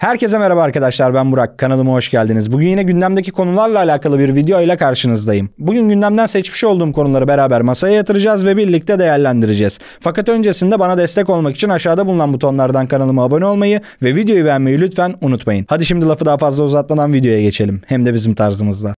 Herkese merhaba arkadaşlar, ben Burak. Kanalıma hoş geldiniz. Bugün yine gündemdeki konularla alakalı bir video ile karşınızdayım. Bugün gündemden seçmiş olduğum konuları beraber masaya yatıracağız ve birlikte değerlendireceğiz. Fakat öncesinde bana destek olmak için aşağıda bulunan butonlardan kanalıma abone olmayı ve videoyu beğenmeyi lütfen unutmayın. Hadi şimdi lafı daha fazla uzatmadan videoya geçelim. Hem de bizim tarzımızda.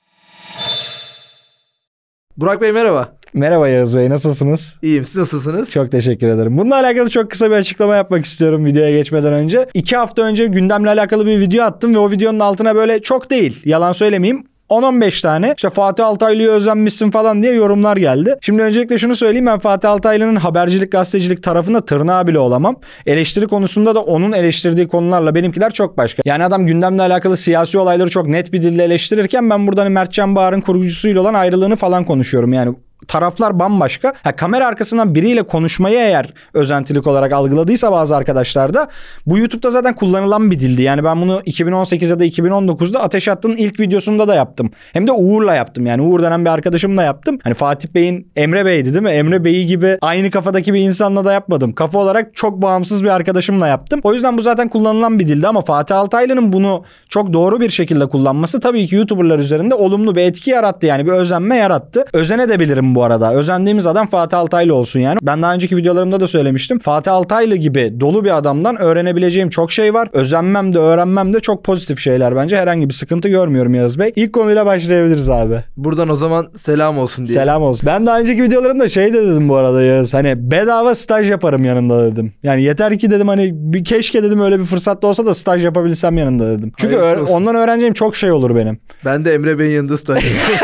Burak Bey merhaba. Merhaba Yağız Bey, nasılsınız? İyiyim, siz nasılsınız? Çok teşekkür ederim. Bununla alakalı çok kısa bir açıklama yapmak istiyorum videoya geçmeden önce. 2 hafta önce gündemle alakalı bir video attım ve o videonun altına böyle çok değil, yalan söylemeyeyim, 10-15 tane işte Fatih Altaylı'ya özenmişsin falan diye yorumlar geldi. Şimdi öncelikle şunu söyleyeyim, ben Fatih Altaylı'nın habercilik, gazetecilik tarafında tırnağı bile olamam. Eleştiri konusunda da onun eleştirdiği konularla benimkiler çok başka. Yani adam gündemle alakalı siyasi olayları çok net bir dille eleştirirken ben burada Mert Can Bağır'ın kurgucusuyla olan ayrılığını falan konuşuyorum. Yani taraflar bambaşka. Kamera arkasından biriyle konuşmayı eğer özentilik olarak algıladıysa bazı arkadaşlar da, bu YouTube'da zaten kullanılan bir dildi. Yani ben bunu 2018 ya da 2019'da Ateş Hattı'nın ilk videosunda da yaptım. Hem de Uğur'la yaptım. Yani Uğur denen bir arkadaşımla yaptım. Hani Fatih Bey'in Emre Bey'di değil mi? Emre Bey'i gibi aynı kafadaki bir insanla da yapmadım. Kafa olarak çok bağımsız bir arkadaşımla yaptım. O yüzden bu zaten kullanılan bir dildi ama Fatih Altaylı'nın bunu çok doğru bir şekilde kullanması tabii ki YouTuber'lar üzerinde olumlu bir etki yarattı. Yani bir özenme yarattı. Özenebilirim bu arada. Özendiğimiz adam Fatih Altaylı olsun yani. Ben daha önceki videolarımda da söylemiştim. Fatih Altaylı gibi dolu bir adamdan öğrenebileceğim çok şey var. Özenmem de öğrenmem de çok pozitif şeyler bence. Herhangi bir sıkıntı görmüyorum Yağız Bey. İlk konuyla başlayabiliriz abi. Buradan o zaman selam olsun diye. Selam olsun. Ben daha önceki videolarımda şey de dedim bu arada Yağız. Hani bedava staj yaparım yanında dedim. Yani yeter ki dedim, hani bir keşke dedim öyle bir fırsat da olsa da staj yapabilsem yanında dedim. Çünkü ondan öğreneceğim çok şey olur benim. Ben de Emre Bey'in yanında staj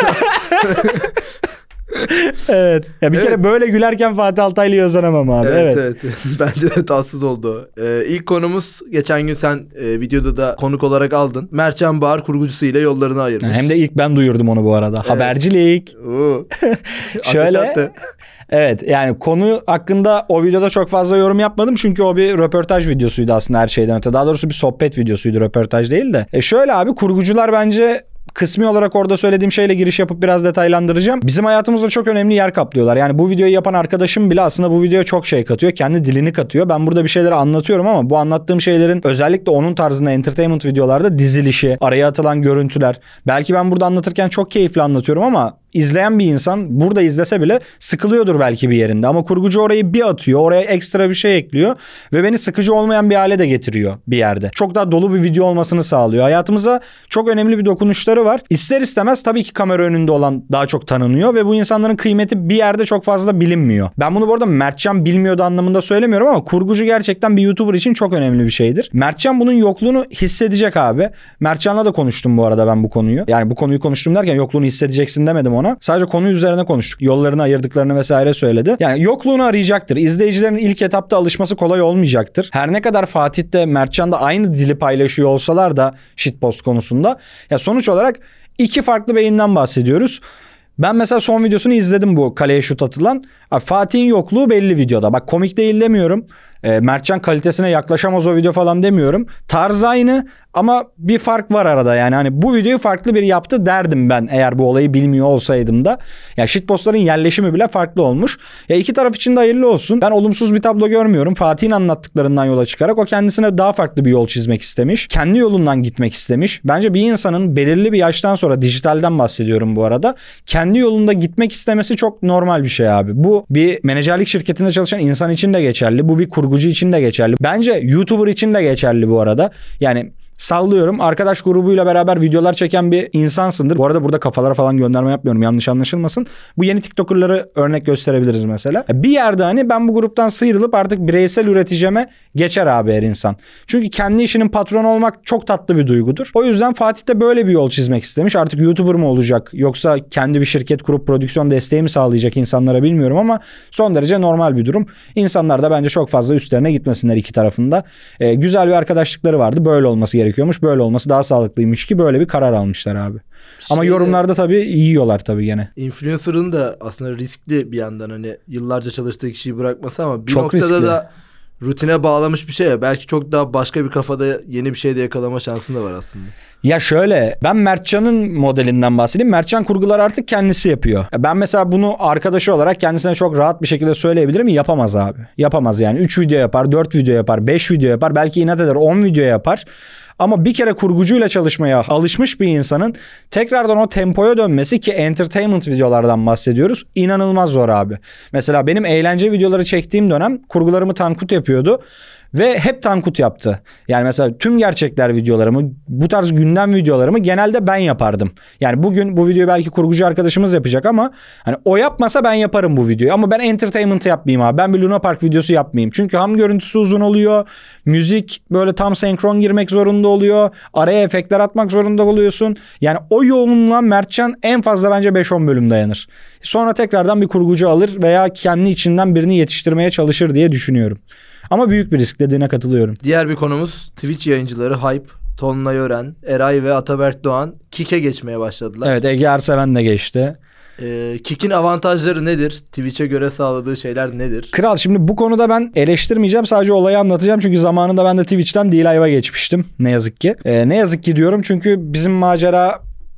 Evet. Ya bir kere böyle gülerken Fatih Altaylı'yı özenemem abi. Evet. Bence de tatsız oldu. İlk konumuz, geçen gün sen videoda da konuk olarak aldın. Mert Can Bağır kurgucusuyla yollarını ayırmış. Hem de ilk ben duyurdum onu bu arada. Evet. Habercilik. Şöyle. Evet, yani konu hakkında o videoda çok fazla yorum yapmadım. Çünkü o bir röportaj videosuydu aslında her şeyden öte. Daha doğrusu bir sohbet videosuydu, röportaj değil de. Şöyle abi, kurgucular bence kısmi olarak orada söylediğim şeyle giriş yapıp biraz detaylandıracağım. Bizim hayatımızda çok önemli yer kaplıyorlar. Yani bu videoyu yapan arkadaşım bile aslında bu videoya çok şey katıyor. Kendi dilini katıyor. Ben burada bir şeyleri anlatıyorum ama bu anlattığım şeylerin özellikle onun tarzında entertainment videolarda dizilişi, araya atılan görüntüler. Belki ben burada anlatırken çok keyifli anlatıyorum ama izleyen bir insan burada izlese bile sıkılıyordur belki bir yerinde. Ama kurgucu orayı bir atıyor. Oraya ekstra bir şey ekliyor. Ve beni sıkıcı olmayan bir hale de getiriyor bir yerde. Çok daha dolu bir video olmasını sağlıyor. Hayatımıza çok önemli bir dokunuşları var. İster istemez tabii ki kamera önünde olan daha çok tanınıyor. Ve bu insanların kıymeti bir yerde çok fazla bilinmiyor. Ben bunu bu arada Mertcan bilmiyordu anlamında söylemiyorum ama kurgucu gerçekten bir YouTuber için çok önemli bir şeydir. Mertcan bunun yokluğunu hissedecek abi. Mertcan'la da konuştum bu arada ben bu konuyu. Yani bu konuyu konuştum derken yokluğunu hissedeceksin demedim ona. Sadece konu üzerine konuştuk. Yollarını ayırdıklarını vesaire söyledi. Yani yokluğunu arayacaktır. İzleyicilerin ilk etapta alışması kolay olmayacaktır. Her ne kadar Fatih de Mertcan da aynı dili paylaşıyor olsalar da shitpost konusunda, ya sonuç olarak iki farklı beyinden bahsediyoruz. Ben mesela son videosunu izledim, bu kaleye şut atılan. Fatih'in yokluğu belli videoda. Bak, komik değil demiyorum. Mertcan kalitesine yaklaşamaz o video falan demiyorum. Tarz aynı ama bir fark var arada. Yani hani bu videoyu farklı biri yaptı derdim ben eğer bu olayı bilmiyor olsaydım da. Ya shitpostların yerleşimi bile farklı olmuş. Ya iki taraf için de hayırlı olsun. Ben olumsuz bir tablo görmüyorum. Fatih'in anlattıklarından yola çıkarak o kendisine daha farklı bir yol çizmek istemiş. Kendi yolundan gitmek istemiş. Bence bir insanın belirli bir yaştan sonra, dijitalden bahsediyorum bu arada, kendi yolunda gitmek istemesi çok normal bir şey abi. Bu bir menajerlik şirketinde çalışan insan için de geçerli. Bu bir kurgucu için de geçerli. Bence YouTuber için de geçerli bu arada. Yani sallıyorum, arkadaş grubuyla beraber videolar çeken bir insansındır. Bu arada burada kafalara falan gönderme yapmıyorum, yanlış anlaşılmasın. Bu yeni TikToker'ları örnek gösterebiliriz mesela. Bir yerde hani ben bu gruptan sıyrılıp artık bireysel üreticime geçer abi her insan. Çünkü kendi işinin patronu olmak çok tatlı bir duygudur. O yüzden Fatih de böyle bir yol çizmek istemiş. Artık YouTuber mı olacak yoksa kendi bir şirket kurup prodüksiyon desteği mi sağlayacak insanlara bilmiyorum ama son derece normal bir durum. İnsanlar da bence çok fazla üstlerine gitmesinler iki tarafında. Güzel bir arkadaşlıkları vardı. Böyle olması gerekiyormuş. Böyle olması daha sağlıklıymış ki böyle bir karar almışlar abi. Ama yorumlarda tabii yiyorlar tabii gene. Influencer'ın da aslında riskli bir yandan, hani yıllarca çalıştığı kişiyi bırakması ama bir çok noktada riskli. da rutine bağlamış bir şey ya. Belki çok daha başka bir kafada yeni bir şey de yakalama şansın da var aslında. Ya şöyle, ben Mertcan'ın modelinden bahsedeyim. Mertcan kurgular artık kendisi yapıyor. Ben mesela bunu arkadaşı olarak kendisine çok rahat bir şekilde söyleyebilirim. Yapamaz abi. Yapamaz yani. 3 video yapar, 4 video yapar, 5 video yapar. Belki inat eder 10 video yapar. Ama bir kere kurgucuyla çalışmaya alışmış bir insanın tekrardan o tempoya dönmesi, ki entertainment videolardan bahsediyoruz, inanılmaz zor abi. Mesela benim eğlence videoları çektiğim dönem kurgularımı Tankut yapıyordu. Ve hep Tankut yaptı. Yani mesela tüm gerçekler videolarımı, bu tarz gündem videolarımı genelde ben yapardım. Yani bugün bu videoyu belki kurgucu arkadaşımız yapacak ama hani o yapmasa ben yaparım bu videoyu. Ama ben entertainment yapmayayım abi. Ben bir Luna Park videosu yapmayayım. Çünkü ham görüntüsü uzun oluyor. Müzik böyle tam senkron girmek zorunda oluyor. Araya efektler atmak zorunda oluyorsun. Yani o yoğunluğa Mertcan en fazla bence 5-10 bölüm dayanır. Sonra tekrardan bir kurgucu alır veya kendi içinden birini yetiştirmeye çalışır diye düşünüyorum. Ama büyük bir risk, dediğine katılıyorum. Diğer bir konumuz Twitch yayıncıları Hype, Tolunay Ören, Eray ve Ataberk Doğan Kik'e geçmeye başladılar. Evet, Ege Erseven de geçti. Kik'in avantajları nedir? Twitch'e göre sağladığı şeyler nedir? Kral, şimdi bu konuda ben eleştirmeyeceğim, sadece olayı anlatacağım. Çünkü zamanında ben de Twitch'ten D-Live'a geçmiştim ne yazık ki. Ne yazık ki diyorum çünkü bizim macera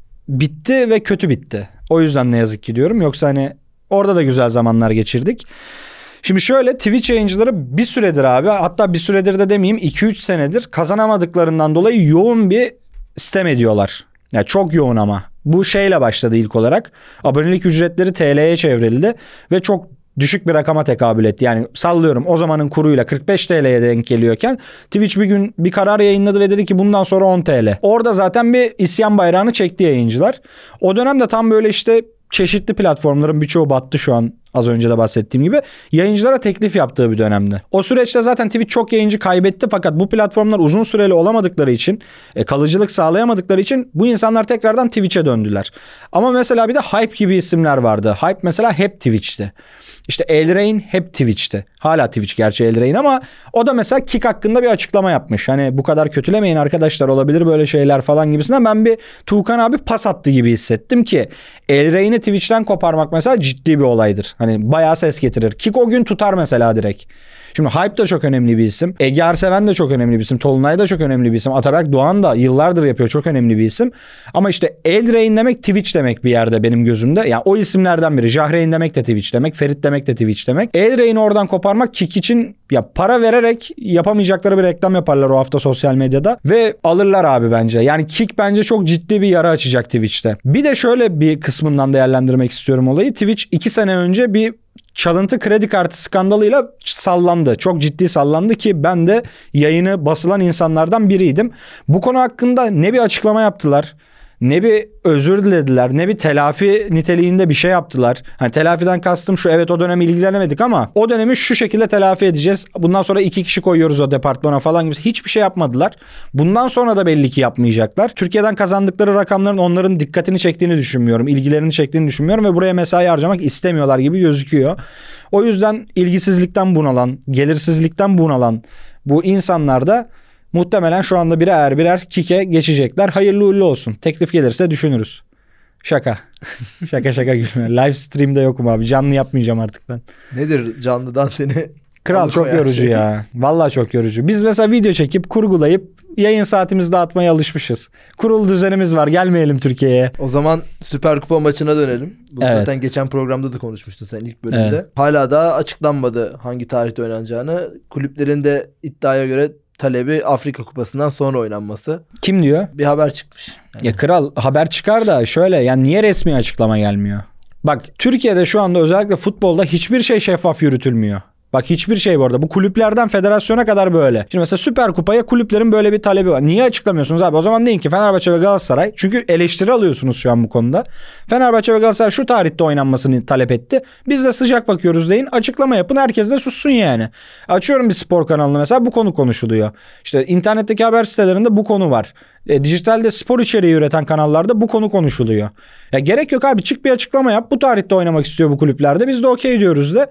bitti ve kötü bitti. O yüzden ne yazık ki diyorum. Yoksa hani orada da güzel zamanlar geçirdik. Şimdi şöyle, Twitch yayıncıları bir süredir abi, hatta bir süredir de demeyeyim, 2-3 senedir kazanamadıklarından dolayı yoğun bir sistem ediyorlar. Yani çok yoğun ama. Bu şeyle başladı ilk olarak. Abonelik ücretleri TL'ye çevrildi ve çok düşük bir rakama tekabül etti. Yani sallıyorum, o zamanın kuruyla 45 TL'ye denk geliyorken Twitch bir gün bir karar yayınladı ve dedi ki bundan sonra 10 TL. Orada zaten bir isyan bayrağını çekti yayıncılar. O dönemde tam böyle işte çeşitli platformların birçoğu battı şu an, az önce de bahsettiğim gibi. Yayıncılara teklif yaptığı bir dönemde. O süreçte zaten Twitch çok yayıncı kaybetti, fakat bu platformlar uzun süreli olamadıkları için, kalıcılık sağlayamadıkları için bu insanlar tekrardan Twitch'e döndüler. Ama mesela bir de Hype gibi isimler vardı. Hype mesela hep Twitch'ti. İşte Elrain hep Twitch'ti. Hala Twitch gerçi Elrain, ama o da mesela Kik hakkında bir açıklama yapmış. Hani bu kadar kötülemeyin arkadaşlar, olabilir böyle şeyler falan gibisinden. Ben bir Tuğkan abi pas attı gibi hissettim ki Elrain'i Twitch'ten koparmak mesela ciddi bir olaydır. Hani bayağı ses getirir. Kik o gün tutar mesela direkt. Şimdi Hype da çok önemli bir isim. Ege Erseven de çok önemli bir isim. Tolunay da çok önemli bir isim. Ataberk Doğan da yıllardır yapıyor, çok önemli bir isim. Ama işte Eldrain demek Twitch demek bir yerde benim gözümde. Yani o isimlerden biri. Jahreyn demek de Twitch demek. Ferit demek de Twitch demek. Eldrain'i oradan koparmak Kik için ya para vererek yapamayacakları bir reklam yaparlar o hafta sosyal medyada. Ve alırlar abi bence. Yani Kik bence çok ciddi bir yara açacak Twitch'te. Bir de şöyle bir kısmından değerlendirmek istiyorum olayı. Twitch 2 sene önce bir çalıntı kredi kartı skandalıyla sallandı. Çok ciddi sallandı ki ben de yayını basılan insanlardan biriydim. Bu konu hakkında ne bir açıklama yaptılar, ne bir özür dilediler, ne bir telafi niteliğinde bir şey yaptılar. Hani telafiden kastım şu, evet o dönem ilgilenemedik ama o dönemi şu şekilde telafi edeceğiz. Bundan sonra 2 kişi koyuyoruz o departmana falan gibi. Hiçbir şey yapmadılar. Bundan sonra da belli ki yapmayacaklar. Türkiye'den kazandıkları rakamların onların dikkatini çektiğini düşünmüyorum. İlgilerini çektiğini düşünmüyorum ve buraya mesai harcamak istemiyorlar gibi gözüküyor. O yüzden ilgisizlikten bunalan, gelirsizlikten bunalan bu insanlar da muhtemelen şu anda birer birer Kik'e geçecekler. Hayırlı uğurlu olsun. Teklif gelirse düşünürüz. Şaka. şaka gülme. Live stream'de yokum abi. Canlı yapmayacağım artık ben. Nedir canlıdan seni? Kral çok yorucu ya. Vallahi çok yorucu. Biz mesela video çekip kurgulayıp yayın saatimizi dağıtmaya alışmışız. Kurul düzenimiz var. Gelmeyelim Türkiye'ye. O zaman Süper Kupa maçına dönelim. Bu evet. Zaten geçen programda da konuşmuştun sen ilk bölümde. Evet. Hala da açıklanmadı hangi tarihte oynanacağını. Kulüplerin de iddiaya göre talebi Afrika Kupası'ndan sonra oynanması. Kim diyor? Bir haber çıkmış. Yani. Ya kral, haber çıkar da şöyle, yani niye resmi açıklama gelmiyor? Bak Türkiye'de şu anda özellikle futbolda hiçbir şey şeffaf yürütülmüyor. Bak hiçbir şey bu arada. Bu kulüplerden federasyona kadar böyle. Şimdi mesela Süper Kupa'ya kulüplerin böyle bir talebi var. Niye açıklamıyorsunuz abi? O zaman deyin ki Fenerbahçe ve Galatasaray. Çünkü eleştiri alıyorsunuz şu an bu konuda. Fenerbahçe ve Galatasaray şu tarihte oynanmasını talep etti. Biz de sıcak bakıyoruz deyin. Açıklama yapın. Herkes de sussun yani. Açıyorum bir spor kanalını mesela, bu konu konuşuluyor. İşte internetteki haber sitelerinde bu konu var. Dijitalde spor içeriği üreten kanallarda bu konu konuşuluyor. Ya gerek yok abi, çık bir açıklama yap. Bu tarihte oynamak istiyor bu kulüplerde. Biz de okey diyoruz de.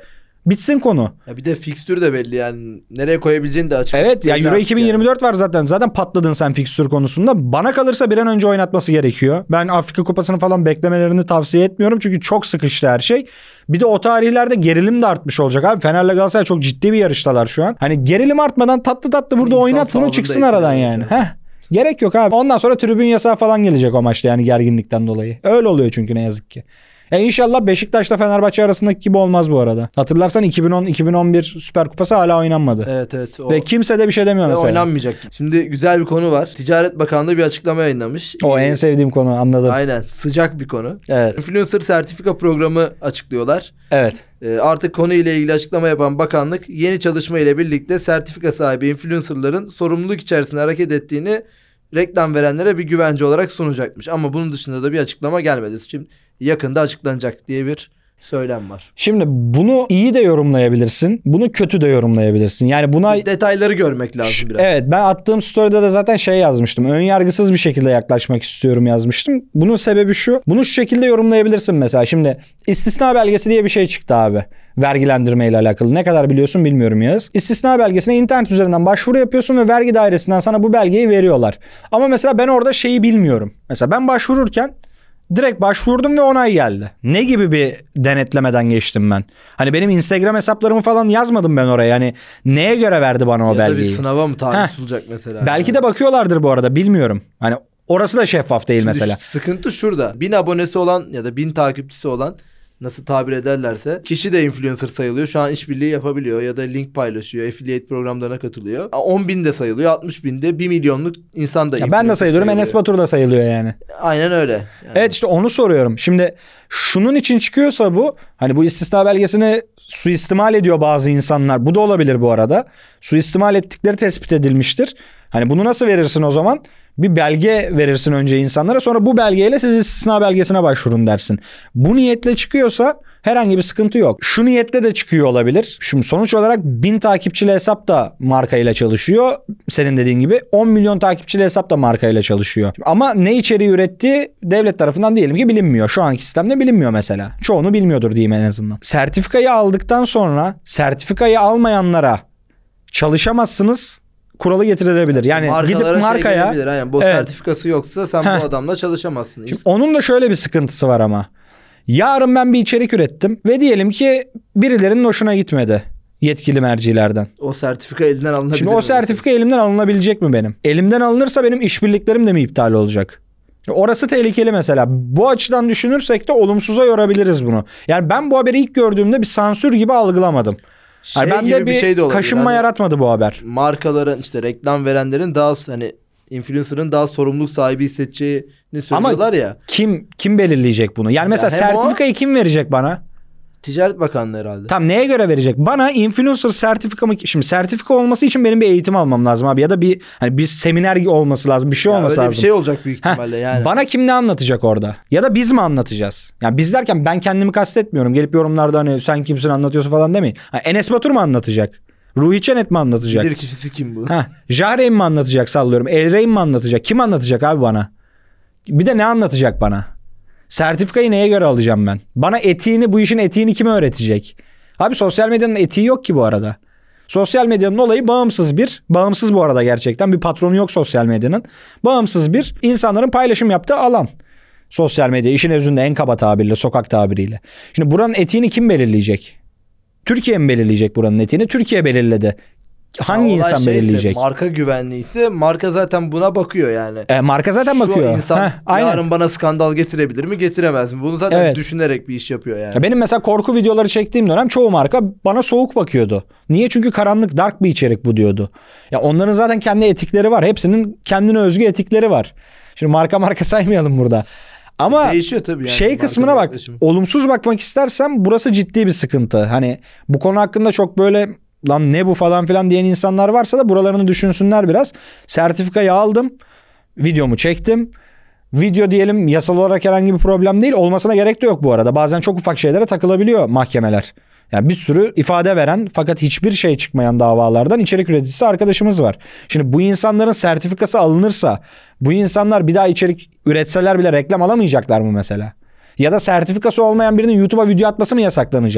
Bitsin konu. Ya bir de fikstür de belli yani. Nereye koyabileceğini de açık. Evet ya, Euro 2024 yani. var zaten. Zaten patladın sen fikstür konusunda. Bana kalırsa bir an önce oynatması gerekiyor. Ben Afrika Kupası'nı falan beklemelerini tavsiye etmiyorum. Çünkü çok sıkıştı her şey. Bir de o tarihlerde gerilim de artmış olacak abi. Fener'le Galatasaray çok ciddi bir yarıştalar şu an. Hani gerilim artmadan tatlı tatlı burada oynat bunu, çıksın aradan yani. Gerek yok abi. Ondan sonra tribün yasağı falan gelecek o maçta yani, gerginlikten dolayı. Öyle oluyor çünkü ne yazık ki. İnşallah Beşiktaş'la Fenerbahçe arasındaki gibi olmaz bu arada. Hatırlarsan 2010-2011 Süper Kupası hala oynanmadı. Evet. Ve kimse de bir şey demiyor mesela. Oynanmayacak. Şimdi güzel bir konu var. Ticaret Bakanlığı bir açıklama yayınlamış. O en sevdiğim konu, anladım. Aynen. Sıcak bir konu. Evet. Influencer sertifika programı açıklıyorlar. Evet. Artık konuyla ilgili açıklama yapan bakanlık yeni çalışma ile birlikte sertifika sahibi influencerların sorumluluk içerisinde hareket ettiğini reklam verenlere bir güvence olarak sunacakmış. Ama bunun dışında da bir açıklama gelmedi. Şimdi yakında açıklanacak diye bir söylem var. Şimdi bunu iyi de yorumlayabilirsin. Bunu kötü de yorumlayabilirsin. Yani buna detayları görmek lazım biraz. Evet, ben attığım story'de de zaten şey yazmıştım. Önyargısız bir şekilde yaklaşmak istiyorum yazmıştım. Bunun sebebi şu. Bunu şu şekilde yorumlayabilirsin mesela. Şimdi istisna belgesi diye bir şey çıktı abi. Vergilendirme ile alakalı. Ne kadar biliyorsun bilmiyorum Yağız. İstisna belgesine internet üzerinden başvuru yapıyorsun ve vergi dairesinden sana bu belgeyi veriyorlar. Ama mesela ben orada şeyi bilmiyorum. Mesela ben başvururken direkt başvurdum ve onay geldi. Ne gibi bir denetlemeden geçtim ben? Hani benim Instagram hesaplarımı falan yazmadım ben oraya. Yani neye göre verdi bana o belgeyi? Ya da bir sınava mı tabi tutulacak mesela? Belki de bakıyorlardır bu arada, bilmiyorum. Hani orası da şeffaf değil. Şimdi mesela. Sıkıntı şurada. 1000 abonesi olan ya da 1000 takipçisi olan, nasıl tabir ederlerse, kişi de influencer sayılıyor. Şu an işbirliği yapabiliyor ya da link paylaşıyor. Affiliate programlarına katılıyor. 10.000 de sayılıyor. 60.000 de 1 milyonluk insan da. Ben de sayılıyorum. Enes Batur da sayılıyor yani. Aynen öyle. Yani. Evet, işte onu soruyorum. Şimdi şunun için çıkıyorsa bu, hani bu istisna belgesini suistimal ediyor bazı insanlar. Bu da olabilir bu arada. Suistimal ettikleri tespit edilmiştir. Hani bunu nasıl verirsin o zaman? Bir belge verirsin önce insanlara, sonra bu belgeyle siz istisna belgesine başvurun dersin. Bu niyetle çıkıyorsa herhangi bir sıkıntı yok. Şu niyetle de çıkıyor olabilir. Şimdi sonuç olarak 1000 takipçili hesap da markayla çalışıyor. Senin dediğin gibi 10 milyon takipçili hesap da markayla çalışıyor. Ama ne içeriği ürettiği devlet tarafından diyelim ki bilinmiyor. Şu anki sistemde bilinmiyor mesela. Çoğunu bilmiyordur diyeyim en azından. Sertifikayı aldıktan sonra sertifikayı almayanlara çalışamazsınız kuralı getirilebilir. Yani gidip markaya yani bu sertifikası yoksa sen bu adamla çalışamazsın. Şimdi onun da şöyle bir sıkıntısı var ama. Yarın ben bir içerik ürettim ve diyelim ki birilerinin hoşuna gitmedi yetkili mercilerden. O sertifika elinden alınabilir. Şimdi o sertifika elimden alınabilecek mi benim? Elimden alınırsa benim işbirliklerim de mi iptal olacak? Orası tehlikeli mesela. Bu açıdan düşünürsek de olumsuza yorabiliriz bunu. Yani ben bu haberi ilk gördüğümde bir sansür gibi algılamadım. Yani bende bir şey kaşınma yaratmadı bu haber. Markaların, işte reklam verenlerin daha, hani influencer'ın daha sorumluluk sahibi hissedeceğini söylüyorlar. Ama ya. Kim belirleyecek bunu? Yani mesela sertifikayı kim verecek bana? Ticaret Bakanlığı herhalde. Tam neye göre verecek? Bana influencer sertifikamı, şimdi sertifika olması için benim bir eğitim almam lazım abi, ya da bir hani bir seminer olması lazım, bir şey olması lazım. Bir şey olacak büyük ihtimalle yani. Bana kim ne anlatacak orada? Ya da biz mi anlatacağız? Yani biz derken ben kendimi kastetmiyorum. Gelip yorumlarda hani sen kimsin anlatıyorsun falan demeyin. Enes Batur mu anlatacak? Ruhi Çenet mi anlatacak? Bir kişisi kim bu? Jahreyn mi anlatacak, sallıyorum. Elreyn mi anlatacak? Kim anlatacak abi bana? Bir de ne anlatacak bana? Sertifikayı neye göre alacağım ben? Bana etiğini, bu işin etiğini kim öğretecek? Abi sosyal medyanın etiği yok ki bu arada. Sosyal medyanın olayı bağımsız bu arada gerçekten. Bir patronu yok sosyal medyanın. Bağımsız bir insanların paylaşım yaptığı alan. Sosyal medya işin özünde en kaba tabirle, sokak tabiriyle. Şimdi buranın etiğini kim belirleyecek? Türkiye mi belirleyecek buranın etiğini? Türkiye belirledi. Hangi insan belirleyecek? Marka güvenliği ise marka zaten buna bakıyor yani. Marka zaten bakıyor. Şu insan yarın bana skandal getirebilir mi, getiremez mi? Bunu zaten düşünerek bir iş yapıyor yani. Benim mesela korku videoları çektiğim dönem çoğu marka bana soğuk bakıyordu. Niye? Çünkü karanlık, dark bir içerik bu diyordu. Ya onların zaten kendi etikleri var. Hepsinin kendine özgü etikleri var. Şimdi marka saymayalım burada. Ama değişiyor tabii yani, kısmına bak. Olumsuz bakmak istersem burası ciddi bir sıkıntı. Hani bu konu hakkında çok böyle lan ne bu falan filan diyen insanlar varsa da buralarını düşünsünler biraz. Sertifikayı aldım. Videomu çektim. Video diyelim yasal olarak herhangi bir problem değil. Olmasına gerek de yok bu arada. Bazen çok ufak şeylere takılabiliyor mahkemeler. Yani bir sürü ifade veren fakat hiçbir şey çıkmayan davalardan içerik üreticisi arkadaşımız var. Şimdi bu insanların sertifikası alınırsa bu insanlar bir daha içerik üretseler bile reklam alamayacaklar mı mesela? Ya da sertifikası olmayan birinin YouTube'a video atması mı yasaklanacak?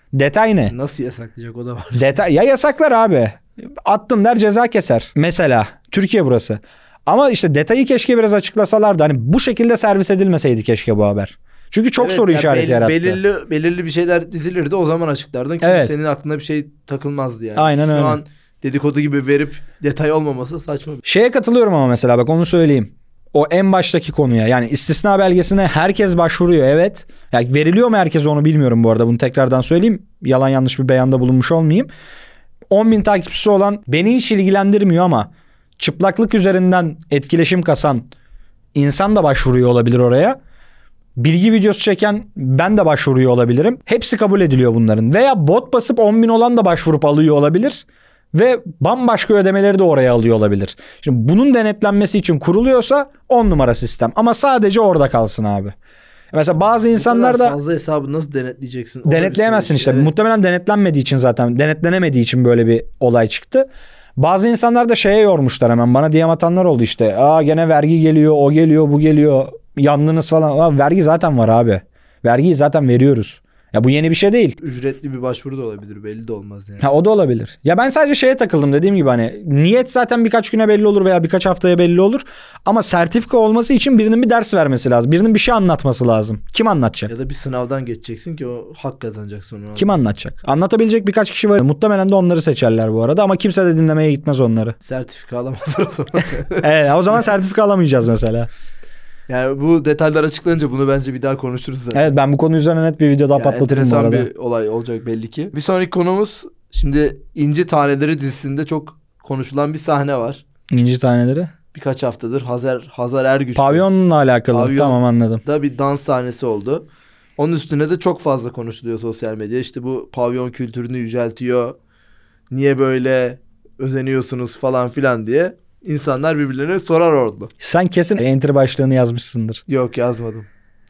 Detay ne? Nasıl yasaklayacak, o da var. Detay ya, yasaklar abi. Attın der, ceza keser. Mesela Türkiye burası. Ama işte detayı keşke biraz açıklasalardı. Hani bu şekilde servis edilmeseydi keşke bu haber. Çünkü çok soru işareti yarattı. Belirli bir şeyler dizilirdi, o zaman açıklardın. Kimsenin aklına bir şey takılmazdı yani. Aynen öyle. Şu an dedikodu gibi verip detay olmaması saçma. Şeye katılıyorum ama mesela bak onu söyleyeyim. O en baştaki konuya, yani istisna belgesine herkes başvuruyor, evet. Yani veriliyor mu herkese onu bilmiyorum bu arada, bunu tekrardan söyleyeyim. Yalan yanlış bir beyanda bulunmuş olmayayım. 10.000 takipçisi olan, beni hiç ilgilendirmiyor ama çıplaklık üzerinden etkileşim kasan insan da başvuruyor olabilir oraya. Bilgi videosu çeken ben de başvuruyor olabilirim. Hepsi kabul ediliyor bunların. Veya bot basıp 10.000 olan da başvurup alıyor olabilir. Ve bambaşka ödemeleri de oraya alıyor olabilir. Şimdi bunun denetlenmesi için kuruluyorsa 10 numara sistem. Ama sadece orada kalsın abi. Mesela bazı insanlar da... Fazla hesabı nasıl denetleyeceksin? Denetleyemezsin işte. Evet. Muhtemelen denetlenmediği için zaten. Denetlenemediği için böyle bir olay çıktı. Bazı insanlar da şeye yormuşlar hemen. Bana DM atanlar oldu işte. Gene vergi geliyor, o geliyor, bu geliyor. Yandınız falan. Vergi zaten var abi. Vergiyi zaten veriyoruz. Ya bu yeni bir şey değil. Ücretli bir başvuru da olabilir, belli de olmaz yani. Ha, o da olabilir. Ya ben sadece şeye takıldım, dediğim gibi hani niyet zaten birkaç güne belli olur veya birkaç haftaya belli olur. Ama sertifika olması için birinin bir ders vermesi lazım. Birinin bir şey anlatması lazım. Kim anlatacak? Ya da bir sınavdan geçeceksin ki o hak kazanacak sonra. Kim anlatacak? Anlatabilecek birkaç kişi var. Muhtemelen de onları seçerler bu arada ama kimse de dinlemeye gitmez onları. Sertifika alamazlar o zaman. Evet, o zaman sertifika alamayacağız mesela. Yani bu detaylar açıklanınca bunu bence bir daha konuşuruz zaten. Evet, ben bu konu üzerine net bir video daha patlatırım bu arada. Enteresan bir olay olacak belli ki. Bir sonraki konumuz, şimdi İnci Taneleri dizisinde çok konuşulan bir sahne var. İnci Taneleri? Birkaç haftadır Hazar Ergüç. Pavyonla alakalı. Tamam, anladım. Da bir dans sahnesi oldu. Onun üstüne de çok fazla konuşuluyor sosyal medya. İşte bu pavyon kültürünü yüceltiyor. Niye böyle özeniyorsunuz falan filan diye. İnsanlar birbirlerine sorar orada. Sen kesin entry başlığını yazmışsındır. Yok, yazmadım.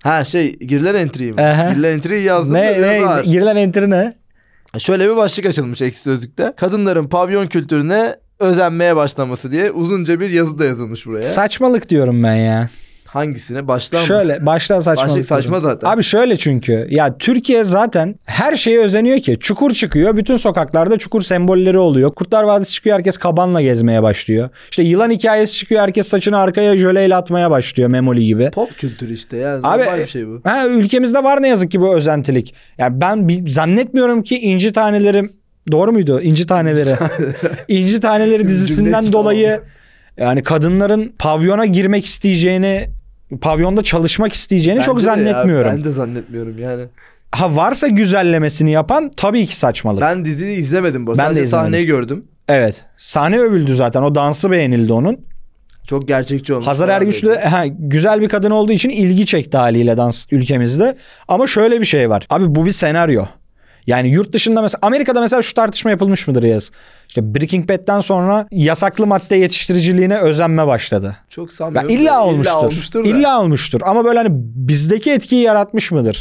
Girilen entry'yi mi? Aha. Girilen entry'yi yazdım. Ne? Girilen entry ne? Şöyle bir başlık açılmış Ekşi Sözlük'te. Kadınların pavyon kültürüne özenmeye başlaması diye uzunca bir yazı da yazılmış buraya. Saçmalık diyorum ben ya. Hangisine? Başlığa mı? Şöyle başlığa saçmalık. Başlık saçma zaten. Abi şöyle, çünkü ya Türkiye zaten her şeye özeniyor ki. Çukur çıkıyor. Bütün sokaklarda çukur sembolleri oluyor. Kurtlar Vadisi çıkıyor. Herkes kabanla gezmeye başlıyor. İşte yılan hikayesi çıkıyor. Herkes saçını arkaya jöleyle atmaya başlıyor. Memoli gibi. Pop kültürü işte yani. Abi, normal bir şey bu. Ülkemizde var ne yazık ki bu özentilik. Yani ben zannetmiyorum ki İnci Taneleri, doğru muydu? İnci Taneleri. İnci Taneleri dizisinden dolayı yani kadınların pavyona girmek isteyeceğini, pavyonda çalışmak isteyeceğini çok zannetmiyorum. Ben de zannetmiyorum yani. Ha, varsa güzellemesini yapan tabii ki saçmalık. Ben diziyi izlemedim bu arada. Ben de izlemedim. Sahneyi gördüm. Evet. Sahne övüldü zaten. O dansı beğenildi onun. Çok gerçekçi olmuş. Hazar Ergüçlü güzel bir kadın olduğu için ilgi çekti haliyle dans ülkemizde. Ama şöyle bir şey var. Abi bu bir senaryo. Yani yurt dışında mesela, Amerika'da mesela şu tartışma yapılmış mıdır Yaz? İşte Breaking Bad'den sonra yasaklı madde yetiştiriciliğine özenme başladı. Çok sanmıyorum. İlla olmuştur. İlla olmuştur. Ama böyle hani bizdeki etkiyi yaratmış mıdır?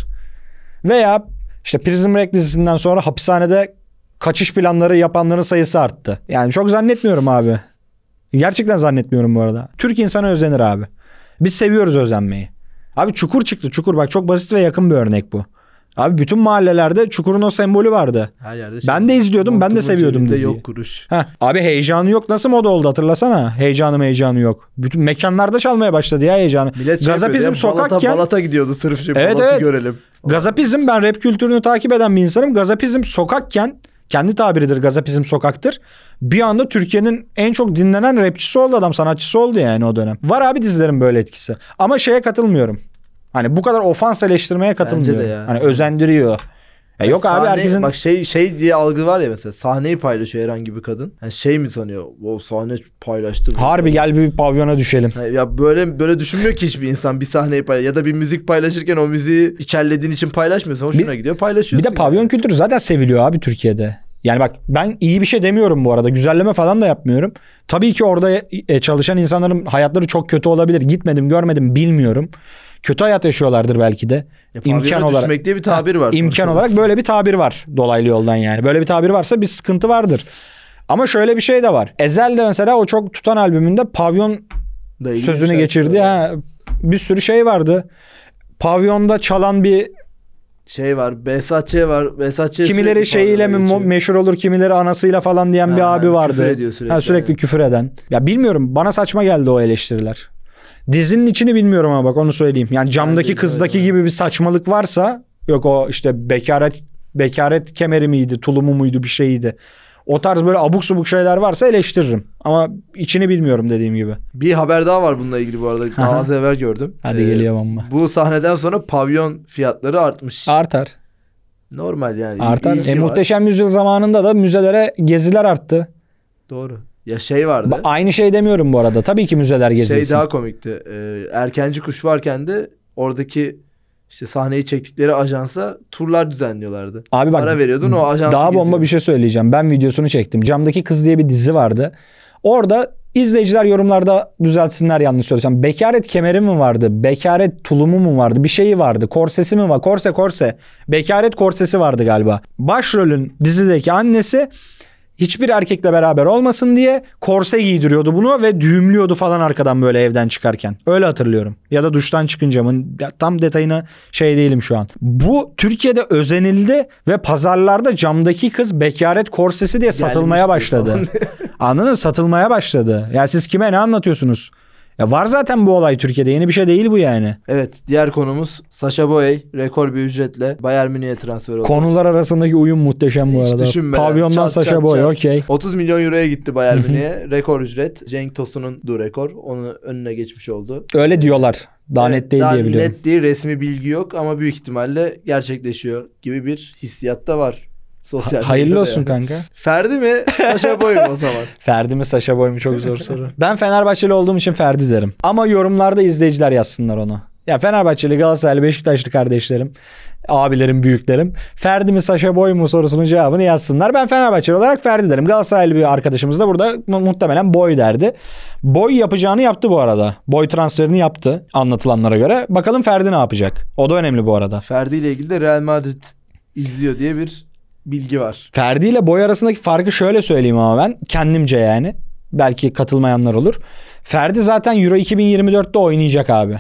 Veya işte Prison Break dizisinden sonra hapishanede kaçış planları yapanların sayısı arttı. Yani çok zannetmiyorum abi. Gerçekten zannetmiyorum bu arada. Türk insanı özenir abi. Biz seviyoruz özenmeyi. Abi Çukur çıktı. Çukur bak, çok basit ve yakın bir örnek bu. Abi bütün mahallelerde Çukur'un o sembolü vardı. Her yerde ben de izliyordum, ben de seviyordum diziyi. Yok kuruş. Abi heyecanı yok nasıl moda oldu hatırlasana. Heyecanı yok. Bütün mekanlarda çalmaya başladı ya heyecanı. Gazapizm sokakken. Balata gidiyordu sırf Balat'ı görelim. Gazapizm, ben rap kültürünü takip eden bir insanım. Gazapizm sokakken, kendi tabiridir Gazapizm sokaktır. Bir anda Türkiye'nin en çok dinlenen rapçisi oldu adam, sanatçısı oldu yani o dönem. Var abi dizilerin böyle etkisi. Ama şeye katılmıyorum. Hani bu kadar ofans eleştirmeye katılmıyorum. Hani özendiriyor. Yok abi, herkesin... Bak şey diye algı var ya, mesela sahneyi paylaşıyor herhangi bir kadın. Yani şey mi sanıyor? O sahne paylaştı. Harbi gel bir pavyona düşelim. Ya böyle düşünmüyor ki hiçbir insan bir sahneyi ya da bir müzik paylaşırken o müziği içerlediğin için paylaşmıyorsun. Hoşuna gidiyor, paylaşıyorsun. Bir de pavyon kültürü zaten seviliyor abi Türkiye'de. Yani bak, ben iyi bir şey demiyorum bu arada. Güzelleme falan da yapmıyorum. Tabii ki orada çalışan insanların hayatları çok kötü olabilir. Gitmedim, görmedim, bilmiyorum. Kötü hayat yaşıyorlardır belki de. İmkan olarak düşmek diye bir tabir var. İmkan olarak böyle bir tabir var dolaylı yoldan yani. Böyle bir tabir varsa bir sıkıntı vardır. Ama şöyle bir şey de var. Ezel de mesela o çok tutan albümünde pavyon sözünü geçirdi. Bir sürü şey vardı. Pavyonda çalan bir Şey var. Behzatçı var. Behzatçı kimileri şeyiyle mi meşhur olur, kimileri anasıyla falan diyen bir abi vardı. Küfür ediyor sürekli. Sürekli küfür eden. Ya bilmiyorum, bana saçma geldi o eleştiriler. Dizinin içini bilmiyorum ama bak onu söyleyeyim. Yani camdaki kızdaki gibi bir saçmalık varsa, yok o işte bekaret kemeri miydi, tulumu muydu, bir şeydi. O tarz böyle abuk subuk şeyler varsa eleştiririm. Ama içini bilmiyorum dediğim gibi. Bir haber daha var bununla ilgili bu arada. Daha az evvel gördüm. Hadi geliyor ama. Bu sahneden sonra pavyon fiyatları artmış. Artar. Normal yani. Artar. Muhteşem Yüzyıl zamanında da müzelere geziler arttı. Doğru. Ya şey vardı. Aynı şey demiyorum bu arada. Tabii ki müzeler gezilsin. Şey daha komikti. Erkenci Kuş varken de oradaki işte sahneyi çektikleri ajansa turlar düzenliyorlardı. Abi bak, para veriyordun, o ajansı daha bomba geziyordu. bir şey söyleyeceğim. Ben videosunu çektim. Camdaki Kız diye bir dizi vardı. Orada izleyiciler yorumlarda düzeltsinler yanlış söylesem. Bekaret kemeri mi vardı? Bekaret tulumu mu vardı? Bir şeyi vardı. Korsesi mi var? Korse. Bekaret korsesi vardı galiba. Başrolün dizideki annesi hiçbir erkekle beraber olmasın diye korse giydiriyordu bunu ve düğümlüyordu falan arkadan böyle evden çıkarken. Öyle hatırlıyorum. Ya da duştan çıkınca mı? Tam detayına şey değilim şu an. Bu Türkiye'de özenildi ve pazarlarda camdaki kız bekaret korsesi diye satılmaya başladı. Anladın mı? Satılmaya başladı. Ya siz kime ne anlatıyorsunuz? Ya var zaten bu olay Türkiye'de. Yeni bir şey değil bu yani. Evet, diğer konumuz Sacha Boey rekor bir ücretle Bayern Münih'e transfer oldu. Konular arasındaki uyum muhteşem bu arada. Pavyondan Sacha Boey, okey. 30 milyon euroya gitti Bayern Münih'e. Rekor ücret. Cenk Tosun'un da rekor. Onun önüne geçmiş oldu. Öyle diyorlar. Daha net değil diye biliyorum. Net değil, resmi bilgi yok ama büyük ihtimalle gerçekleşiyor gibi bir hissiyat da var. Hayırlı olsun kanka. Ferdi mi Sacha Boey mu o zaman? Ferdi mi Sacha Boey mu, çok zor soru. Ben Fenerbahçeli olduğum için Ferdi derim. Ama yorumlarda izleyiciler yazsınlar onu. Ya Fenerbahçeli, Galatasaraylı, Beşiktaşlı kardeşlerim, abilerim, büyüklerim, Ferdi mi Sacha Boey mu sorusunun cevabını yazsınlar. Ben Fenerbahçeli olarak Ferdi derim. Galatasaraylı bir arkadaşımız da burada muhtemelen Boy derdi. Boy yapacağını yaptı bu arada. Boy transferini yaptı anlatılanlara göre. Bakalım Ferdi ne yapacak? O da önemli bu arada. Ferdi ile ilgili de Real Madrid izliyor diye bir bilgi var. Ferdi ile Boy arasındaki farkı şöyle söyleyeyim ama ben kendimce yani. Belki katılmayanlar olur. Ferdi zaten Euro 2024'te oynayacak abi.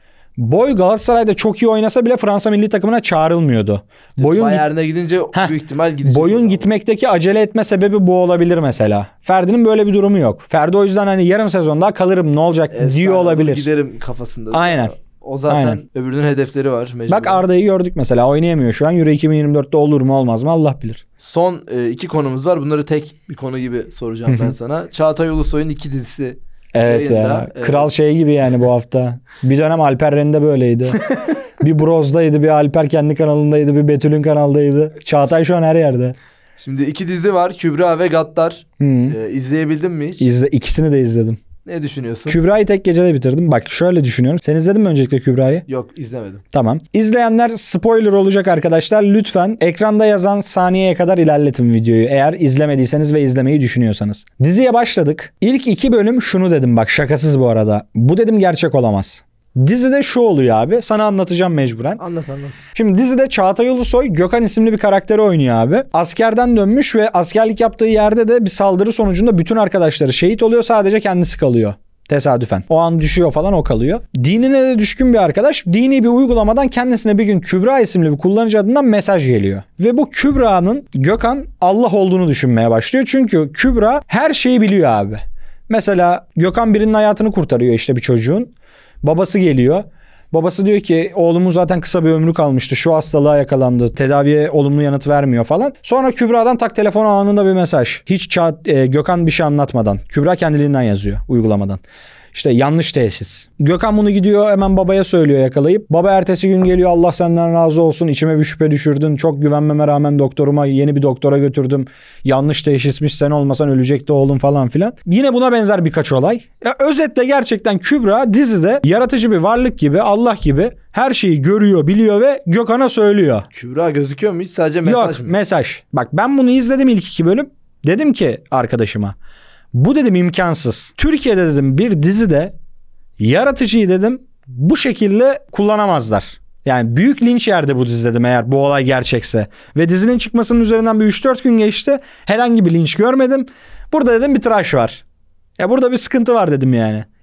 Boy Galatasaray'da çok iyi oynasa bile Fransa milli takımına çağrılmıyordu. Bayern'e gidince büyük ihtimal gidecek. Boyun gitmekteki acele etme sebebi bu olabilir mesela. Ferdi'nin böyle bir durumu yok. Ferdi o yüzden hani yarım sezon daha kalırım ne olacak diyor olabilir. Giderim kafasında. Aynen. O zaten öbürünün hedefleri var. Mecburen. Bak Arda'yı gördük mesela, oynayamıyor şu an. Euro 2024'te olur mu olmaz mı Allah bilir. Son iki konumuz var. Bunları tek bir konu gibi soracağım ben sana. Çağatay Ulusoy'un 2 dizisi. Evet yayında. Ya. Kral şey gibi yani bu hafta. Bir dönem Alper Rende böyleydi. Bir Broz'daydı, bir Alper kendi kanalındaydı, bir Betül'ün kanaldaydı. Çağatay şu an her yerde. Şimdi 2 dizi var. Kübra ve Gattar. İzleyebildin mi hiç? İkisini de izledim. Ne düşünüyorsun? Kübra'yı tek gecede bitirdim. Bak şöyle düşünüyorum. Sen izledin mi öncelikle Kübra'yı? Yok, izlemedim. Tamam. İzleyenler spoiler olacak arkadaşlar. Lütfen ekranda yazan saniyeye kadar ilerletin videoyu. Eğer izlemediyseniz ve izlemeyi düşünüyorsanız. Diziye başladık. İlk 2 bölüm şunu dedim, bak şakasız bu arada. Bu dedim gerçek olamaz. Dizide şu oluyor abi. Sana anlatacağım mecburen. Anlat. Şimdi dizide Çağatay Ulusoy Gökhan isimli bir karakteri oynuyor abi. Askerden dönmüş ve askerlik yaptığı yerde de bir saldırı sonucunda bütün arkadaşları şehit oluyor. Sadece kendisi kalıyor. Tesadüfen. O an düşüyor falan, o kalıyor. Dinine de düşkün bir arkadaş. Dini bir uygulamadan kendisine bir gün Kübra isimli bir kullanıcı adından mesaj geliyor. Ve bu Kübra'nın Gökhan Allah olduğunu düşünmeye başlıyor. Çünkü Kübra her şeyi biliyor abi. Mesela Gökhan birinin hayatını kurtarıyor, işte bir çocuğun. Babası geliyor. Babası diyor ki oğlumun zaten kısa bir ömrü kalmıştı. Şu hastalığa yakalandı. Tedaviye olumlu yanıt vermiyor falan. Sonra Kübra'dan tak telefon anında bir mesaj. Hiç Gökhan bir şey anlatmadan. Kübra kendiliğinden yazıyor uygulamadan. İşte yanlış teşhis. Gökhan bunu gidiyor hemen babaya söylüyor yakalayıp. Baba ertesi gün geliyor, Allah senden razı olsun, içime bir şüphe düşürdün. Çok güvenmeme rağmen doktoruma, yeni bir doktora götürdüm. Yanlış teşhismiş, sen olmasan ölecekti oğlum falan filan. Yine buna benzer birkaç olay. Ya özetle gerçekten Kübra dizide yaratıcı bir varlık gibi, Allah gibi her şeyi görüyor, biliyor ve Gökhan'a söylüyor. Kübra gözüküyor mu hiç, sadece mesaj mı? Yok, mesaj. Bak ben bunu izledim ilk 2 bölüm. Dedim ki arkadaşıma, bu dedim imkansız. Türkiye'de dedim bir dizide yaratıcıyı dedim bu şekilde kullanamazlar. Yani büyük linç yerdi bu dizi dedim eğer bu olay gerçekse. Ve dizinin çıkmasının üzerinden bir 3-4 gün geçti. Herhangi bir linç görmedim. Burada dedim bir tıraş var. Ya burada bir sıkıntı var dedim yani.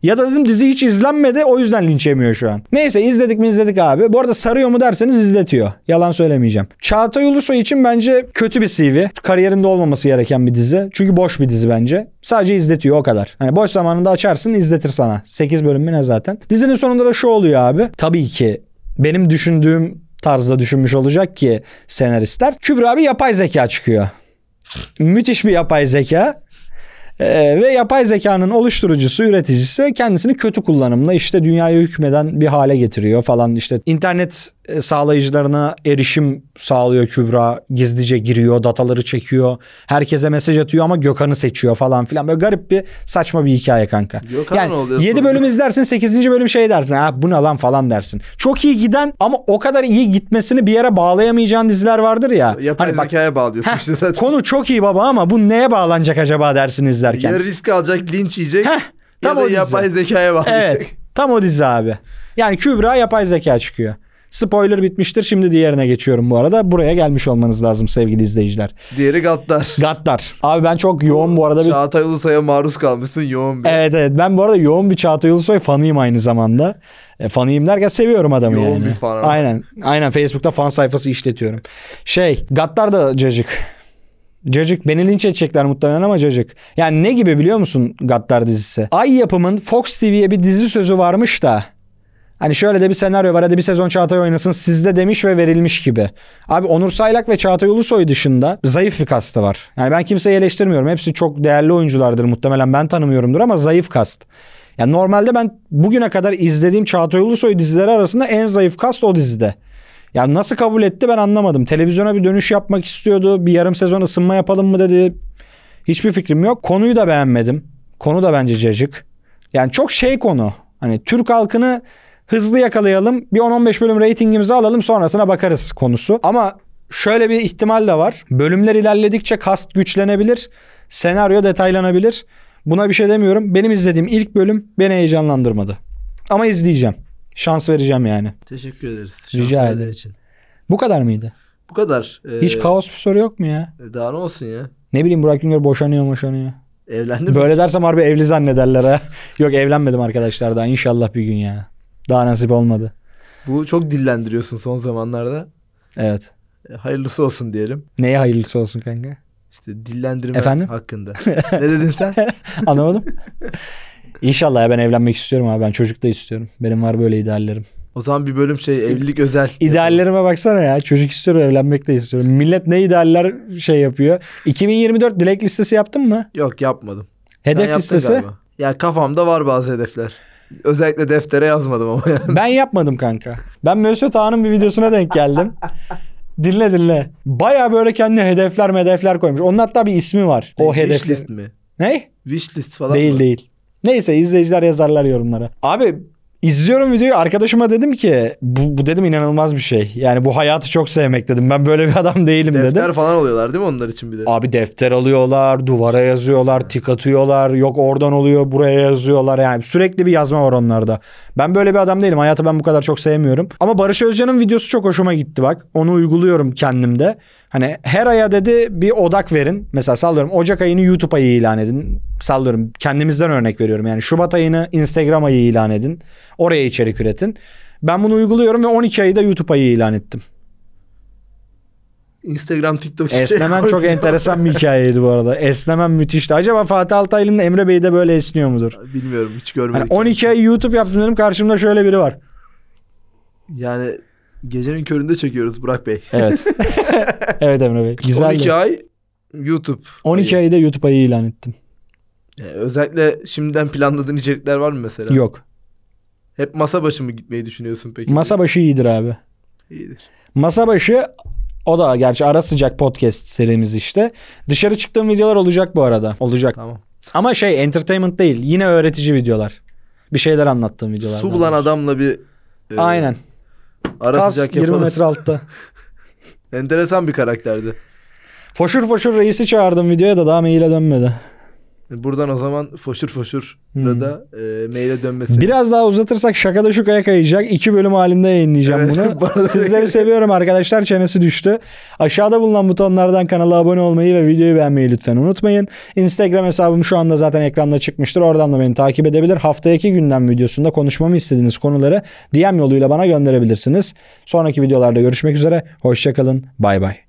Ya da dedim dizi hiç izlenmedi, o yüzden linç yemiyor şu an. Neyse, izledik mi izledik abi. Bu arada sarıyor mu derseniz izletiyor. Yalan söylemeyeceğim. Çağatay Ulusoy için bence kötü bir CV. Kariyerinde olmaması gereken bir dizi. Çünkü boş bir dizi bence. Sadece izletiyor, o kadar. Hani boş zamanında açarsın, izletir sana. 8 bölüm mü ne zaten. Dizinin sonunda da şu oluyor abi. Tabii ki benim düşündüğüm tarzda düşünmüş olacak ki senaristler. Kübra bir yapay zeka çıkıyor. Müthiş bir yapay zeka. Ve yapay zekanın oluşturucusu, üreticisi kendisini kötü kullanımla işte dünyaya hükmeden bir hale getiriyor falan. İşte internet sağlayıcılarına erişim sağlıyor Kübra. Gizlice giriyor, dataları çekiyor. Herkese mesaj atıyor ama Gökhan'ı seçiyor falan filan. Böyle garip bir, saçma bir hikaye kanka. Gökhan yani ne oluyor 7 sonra? bölüm izlersin, 8. bölüm şey dersin. Ha bu ne lan falan dersin. Çok iyi giden ama o kadar iyi gitmesini bir yere bağlayamayacağın diziler vardır ya. Yapay Hani bak, zekaya bağlıyorsun işte zaten. konu çok iyi baba ama bu neye bağlanacak acaba dersin izlerken. Ya risk alacak, linç yiyecek ya tam da o dizi. yapay zekaya bağlayacak. Evet, tam o dizi abi. Yani Kübra yapay zeka çıkıyor. Spoiler bitmiştir. Şimdi diğerine geçiyorum bu arada. Buraya gelmiş olmanız lazım sevgili izleyiciler. Diğeri Gaddar. Gaddar. Abi ben çok yoğun bu arada bir... Çağatay Ulusoy'a maruz kalmışsın, yoğun bir. Evet. Ben bu arada yoğun bir Çağatay Ulusoy fanıyım aynı zamanda. Fanıyım derken seviyorum adamı Yoğun yani. bir fan ama. Aynen Facebook'ta fan sayfası işletiyorum. Gaddar da cacık. Cacık. Beni linç edecekler muhtemelen ama cacık. Yani ne gibi biliyor musun Gaddar dizisi? Ay Yapım'ın Fox TV'ye bir dizi sözü varmış da. Hani şöyle de bir senaryo var, hadi bir sezon Çağatay oynasın sizde demiş ve verilmiş gibi. Abi Onur Saylak ve Çağatay Ulusoy dışında zayıf bir kastı var. Yani ben kimseyi eleştirmiyorum. Hepsi çok değerli oyunculardır muhtemelen, ben tanımıyorumdur ama zayıf kast. Yani normalde ben bugüne kadar izlediğim Çağatay Ulusoy dizileri arasında en zayıf kast o dizide. Yani nasıl kabul etti ben anlamadım. Televizyona bir dönüş yapmak istiyordu. Bir yarım sezon ısınma yapalım mı dedi. Hiçbir fikrim yok. Konuyu da beğenmedim. Konu da bence cacık. Yani çok konu. Hani Türk halkını hızlı yakalayalım. Bir 10-15 bölüm reytingimizi alalım, sonrasına bakarız konusu. Ama şöyle bir ihtimal de var. Bölümler ilerledikçe kast güçlenebilir. Senaryo detaylanabilir. Buna bir şey demiyorum. Benim izlediğim ilk bölüm beni heyecanlandırmadı. Ama izleyeceğim. Şans vereceğim yani. Teşekkür ederiz. Rica şans ederim. için. Bu kadar mıydı? Bu kadar. Hiç kaos bir soru yok mu ya? Daha ne olsun ya? Ne bileyim, Burak Güngör boşanıyor. Evlendi mi? Böyle dersem harbi evli zannederler ha. Yok, evlenmedim arkadaşlar daha. İnşallah bir gün ya. Daha nasip olmadı. Bu çok dillendiriyorsun son zamanlarda. Evet. Hayırlısı olsun diyelim. Neye hayırlısı olsun kanka? İşte dillendirme Efendim? hakkında. Ne dedin sen? Anlamadım. İnşallah ya, ben evlenmek istiyorum abi. Ben çocuk da istiyorum. Benim var böyle ideallerim. O zaman bir bölüm evlilik özel. İdeallerime baksana ya. Çocuk istiyorum, evlenmek de istiyorum. Millet ne idealler yapıyor. 2024 dilek listesi yaptın mı? Yok, yapmadım. Hedef Sen yaptın listesi? galiba. Ya kafamda var bazı hedefler. Özellikle deftere yazmadım ama yani. Ben yapmadım kanka. Ben Mesut Ağa'nın bir videosuna denk geldim. Dinle. Baya böyle kendi hedefler koymuş. Onun hatta bir ismi var. O hedefler. Wishlist mi? Ne? Wishlist falan Değil mı? değil. Neyse, izleyiciler yazarlar yorumlara. Abi izliyorum videoyu, arkadaşıma dedim ki bu dedim inanılmaz bir şey. Yani bu hayatı çok sevmek dedim. Ben böyle bir adam değilim dedim. Defter falan oluyorlar değil mi onlar için bir de? Abi defter alıyorlar, duvara yazıyorlar, tik atıyorlar. Yok oradan oluyor, buraya yazıyorlar. Yani sürekli bir yazma var onlarda. Ben böyle bir adam değilim. Hayatı ben bu kadar çok sevmiyorum. Ama Barış Özcan'ın videosu çok hoşuma gitti bak. Onu uyguluyorum kendimde. Hani her aya dedi bir odak verin. Mesela sallıyorum Ocak ayını YouTube ayı ilan edin. Sallıyorum, kendimizden örnek veriyorum. Yani Şubat ayını Instagram ayı ilan edin. Oraya içerik üretin. Ben bunu uyguluyorum ve 12 ayı da YouTube ayı ilan ettim. Instagram, TikTok Esnemem çok enteresan bir hikayeydi bu arada. Esnemem müthişti. Acaba Fatih Altaylı'nın Emre Bey de böyle esniyor mudur? Bilmiyorum, hiç görmedim. Hani 12 ay YouTube yaptım dedim, karşımda şöyle biri var. Yani gecenin köründe çekiyoruz Burak Bey. Evet. Evet Emre Bey. Güzeldi. 12 ay YouTube. 12 ayı da YouTube ayı ilan ettim. Özellikle şimdiden planladığın içerikler var mı mesela? Yok. Hep masa başı mı gitmeyi düşünüyorsun peki? Masa başı iyidir abi. İyidir. Masa başı, o da gerçi ara sıcak podcast serimiz işte. Dışarı çıktığım videolar olacak bu arada. Olacak. Tamam. Ama entertainment değil. Yine öğretici videolar. Bir şeyler anlattığım videolar. Su bulan adamla bir Aynen. ara Kas sıcak 20 yapalım. metre altta. Enteresan bir karakterdi. Foşur reisi çağırdım videoya da daha maile dönmedi. Buradan o zaman foşur da maile dönmesi. Biraz daha uzatırsak şakada şukaya kayacak. 2 bölüm halinde yayınlayacağım Evet, bunu. Sizleri seviyorum arkadaşlar. Çenesi düştü. Aşağıda bulunan butonlardan kanala abone olmayı ve videoyu beğenmeyi lütfen unutmayın. Instagram hesabım şu anda zaten ekranda çıkmıştır. Oradan da beni takip edebilir. Haftaki gündem videosunda konuşmamı istediğiniz konuları DM yoluyla bana gönderebilirsiniz. Sonraki videolarda görüşmek üzere. Hoşçakalın. Bay bay.